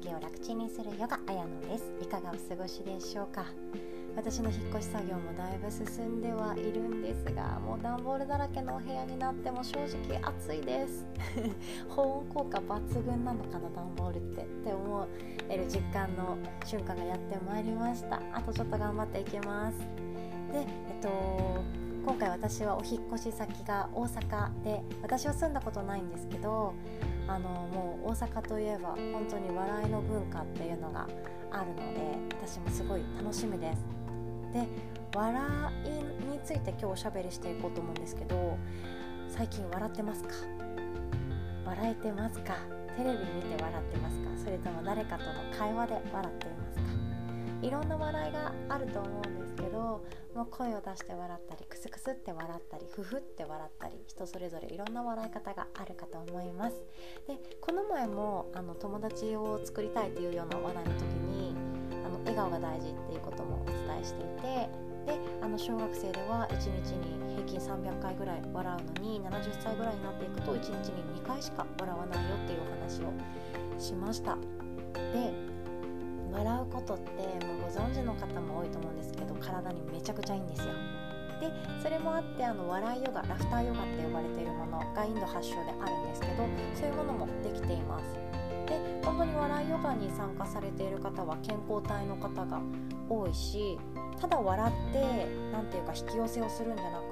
気を楽ちんにするヨガあやのです。いかがお過ごしでしょうか。私の引っ越し作業もだいぶ進んではいるんですが、もう段ボールだらけのお部屋になっても正直暑いです保温効果抜群なのかな段ボールって思える実感の瞬間がやってまいりました。あとちょっと頑張っていきます。で、今回私はお引っ越し先が大阪で、私は住んだことないんですけど、もう大阪といえば本当に笑いの文化っていうのがあるので、私もすごい楽しみです。で、笑いについて今日おしゃべりしていこうと思うんですけど、最近笑ってますか？笑えてますか？テレビ見て笑ってますか？それとも誰かとの会話で笑っていますか？いろんな笑いがあると思うんですけど、もう声を出して笑ったり、クスクスって笑ったり、フフって笑ったり、人それぞれいろんな笑い方があるかと思います。で、この前も友達を作りたいというような話題の時に笑顔が大事っていうこともお伝えしていて、で小学生では1日に平均300回ぐらい笑うのに、70歳ぐらいになっていくと1日に2回しか笑わないよっていうお話をしました。で、笑うことってもうご存知の方も多いと思うんですけど、体にめちゃくちゃいいんですよ。で、それもあって笑いヨガ、ラフターヨガって呼ばれているものがインド発祥であるんですけど、そういうものもできています。で、本当に笑いヨガに参加されている方は健康体の方が多いし、ただ笑ってなんていうか引き寄せをするんじゃなくって、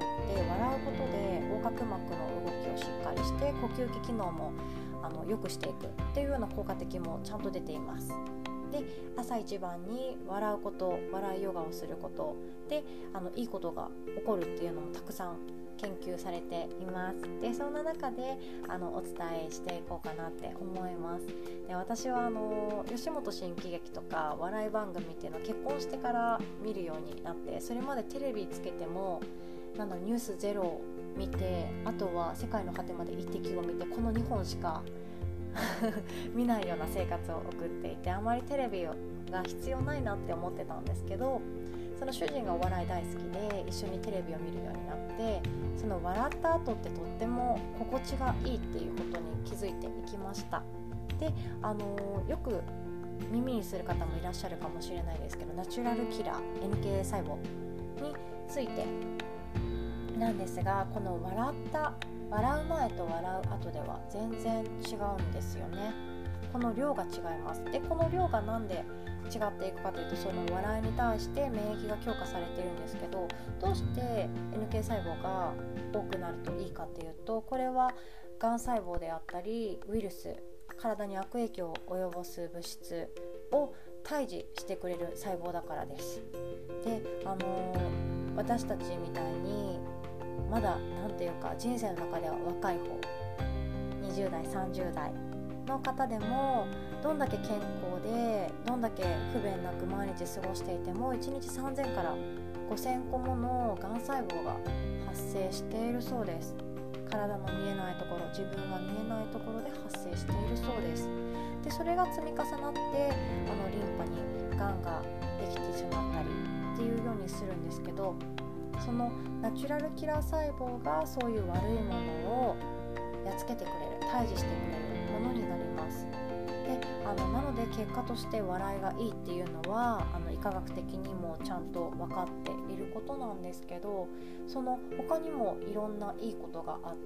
笑うことで横隔膜の動きをしっかりして呼吸器機能も良くしていくっていうような効果的もちゃんと出ています。で、朝一番に笑うこと、笑いヨガをすることでいいことが起こるっていうのもたくさん研究されています。で、そんな中でお伝えしていこうかなって思います。で、私は吉本新喜劇とか笑い番組っていうのは結婚してから見るようになって、それまでテレビつけてもニュースゼロを見て、あとは世界の果てまで一滴を見て、この2本しか見ないような生活を送っていて、あまりテレビが必要ないなって思ってたんですけど、その主人がお笑い大好きで一緒にテレビを見るようになって、その笑った後ってとっても心地がいいっていうことに気づいていきました。で、よく耳にする方もいらっしゃるかもしれないですけど、ナチュラルキラー NK 細胞についてなんですが、この笑う前と笑う後では全然違うんですよね。この量が違います。で、この量がなんで違っていくかというと、その笑いに対して免疫が強化されているんですけど、どうして NK 細胞が多くなるといいかというと、これはがん細胞であったりウイルス、体に悪影響を及ぼす物質を退治してくれる細胞だからです。で、私たちみたいにまだなんていうか人生の中では若い方、20代30代の方でもどんだけ健康でどんだけ不便なく毎日過ごしていても、1日3000から5000個ものがん細胞が発生しているそうです。体の見えないところ、自分が見えないところで発生しているそうです。で、それが積み重なってリンパにがんができてしまったりっていうようにするんですけど、そのナチュラルキラー細胞がそういう悪いものをやっつけてくれる、退治してくれるものになります。で、なので結果として笑いがいいっていうのは医科学的にもちゃんと分かっていることなんですけど、その他にもいろんないいことがあって、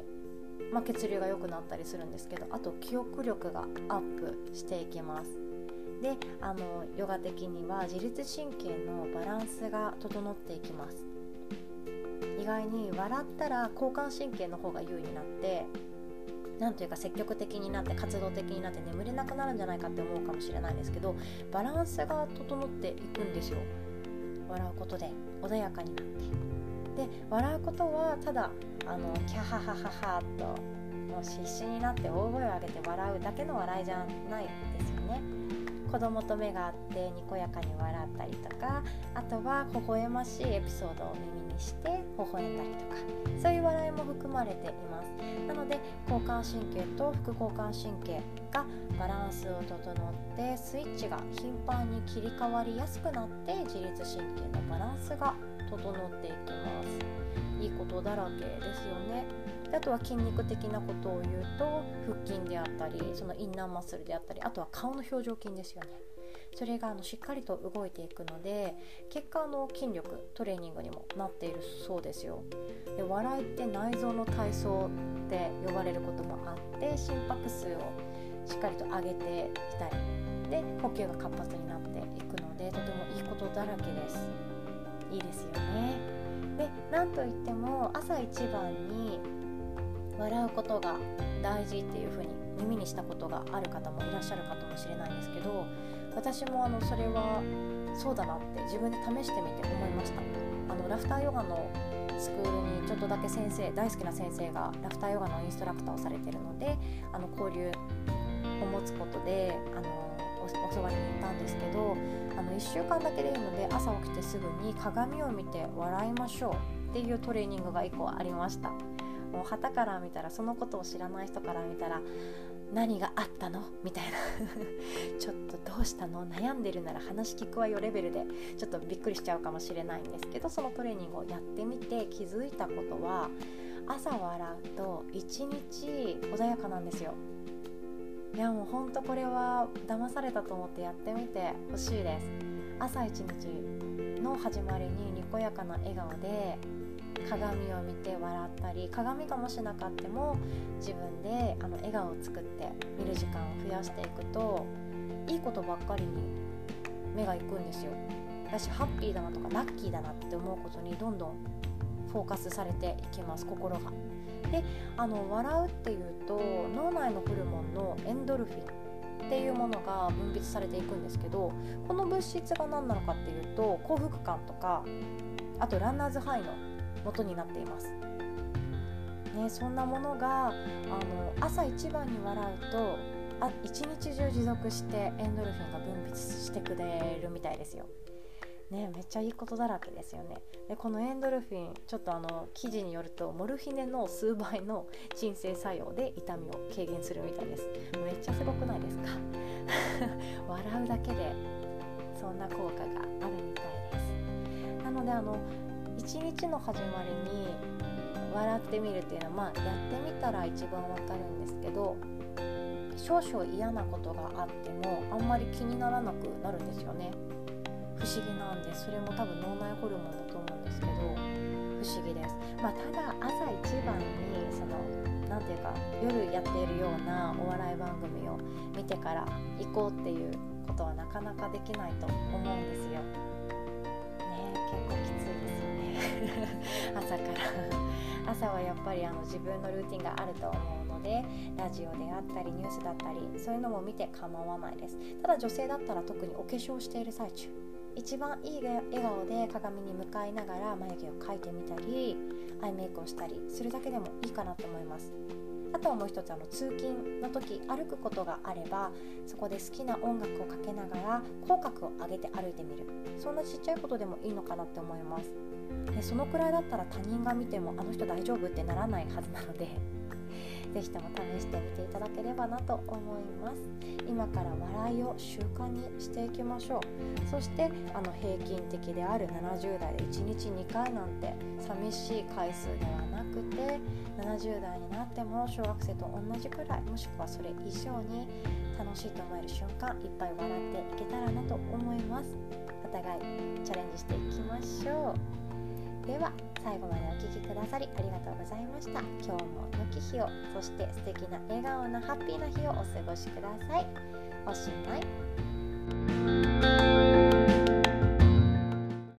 血流が良くなったりするんですけど、あと記憶力がアップしていきます。で、ヨガ的には自律神経のバランスが整っていきます。意外に笑ったら交感神経の方が優位になって、なんというか積極的になって活動的になって眠れなくなるんじゃないかって思うかもしれないですけど、バランスが整っていくんですよ。笑うことで穏やかになって。で、笑うことはただキャハハハハともう必死になって大声を上げて笑うだけの笑いじゃないですよね。子供と目が合ってにこやかに笑ったりとか、あとは微笑ましいエピソードを耳にして微笑んだりとか、そういう笑いも含まれています。なので交感神経と副交感神経がバランスを整ってスイッチが頻繁に切り替わりやすくなって、自律神経のバランスが整っていきます。 いいことだらけですよね。であとは筋肉的なことを言うと腹筋であったり、そのインナーマッスルであったり、あとは顔の表情筋ですよね。それがしっかりと動いていくので、結果筋力トレーニングにもなっているそうですよ。で笑いって内臓の体操って呼ばれることもあって、心拍数をしっかりと上げてきたりで呼吸が活発になっていくので、とてもいいことだらけです。いいですよね。でなんといっても朝一番に笑うことが大事っていう風に耳にしたことがある方もいらっしゃるかもしれないんですけど、私もそれはそうだなって自分で試してみて思いました。ラフターヨガのスクールにちょっとだけ大好きな先生がラフターヨガのインストラクターをされているので、交流を持つことで教わりに行ったんですけど、1週間だけでいいので朝起きてすぐに鏡を見て笑いましょうっていうトレーニングが1個ありました。もう傍から見たら、そのことを知らない人から見たら、何があったのみたいなちょっとどうしたの、悩んでるなら話聞くわよレベルでちょっとびっくりしちゃうかもしれないんですけど、そのトレーニングをやってみて気づいたことは、朝笑うと一日穏やかなんですよ。いやもうほんとこれは騙されたと思ってやってみてほしいです。朝一日の始まりににこやかな笑顔で鏡を見て笑ったり、鏡がもしなかっても自分で笑顔を作って見る時間を増やしていくと、いいことばっかりに目が行くんですよ。私ハッピーだなとかラッキーだなって思うことにどんどんフォーカスされていきます、心が。で笑うっていうと脳内のホルモンのエンドルフィンっていうものが分泌されていくんですけど、この物質が何なのかっていうと幸福感とか、あとランナーズハイの元になっています、ね、そんなものが朝一番に笑うと一日中持続してエンドルフィンが分泌してくれるみたいですよ、ね、めっちゃいいことだらけですよね。でこのエンドルフィンちょっと記事によるとモルヒネの数倍の鎮静作用で痛みを軽減するみたいです。めっちゃすごくないですか笑うだけでそんな効果があるみたいです。なので一日の始まりに笑ってみるっていうのは、やってみたら一番わかるんですけど、少々嫌なことがあってもあんまり気にならなくなるんですよね。不思議なんです。それも多分脳内ホルモンだと思うんですけど、不思議です。ただ朝一番になんていうか夜やっているようなお笑い番組を見てから行こうっていうことはなかなかできないと思うんですよ。結構きついですよね朝から朝はやっぱり自分のルーティンがあると思うので、ラジオであったりニュースだったりそういうのも見て構わないです。ただ女性だったら特にお化粧している最中、一番いい笑顔で鏡に向かいながら眉毛を描いてみたりアイメイクをしたりするだけでもいいかなと思います。あとはもう一つ通勤の時歩くことがあれば、そこで好きな音楽をかけながら口角を上げて歩いてみる、そんなちっちゃいことでもいいのかなって思います。でそのくらいだったら他人が見てもあの人大丈夫ってならないはずなのでぜひとも試してみていただければなと思います。今から笑いを習慣にしていきましょう。そして平均的である70代で1日2回なんて寂しい回数ではなくて、70代になっても小学生と同じくらい、もしくはそれ以上に楽しいと思える瞬間いっぱい笑っていけたらなと思います。お互いチャレンジしていきましょう。では最後までお聞きくださりありがとうございました。今日も良き日を、そして素敵な笑顔なハッピーな日をお過ごしください。おしまい。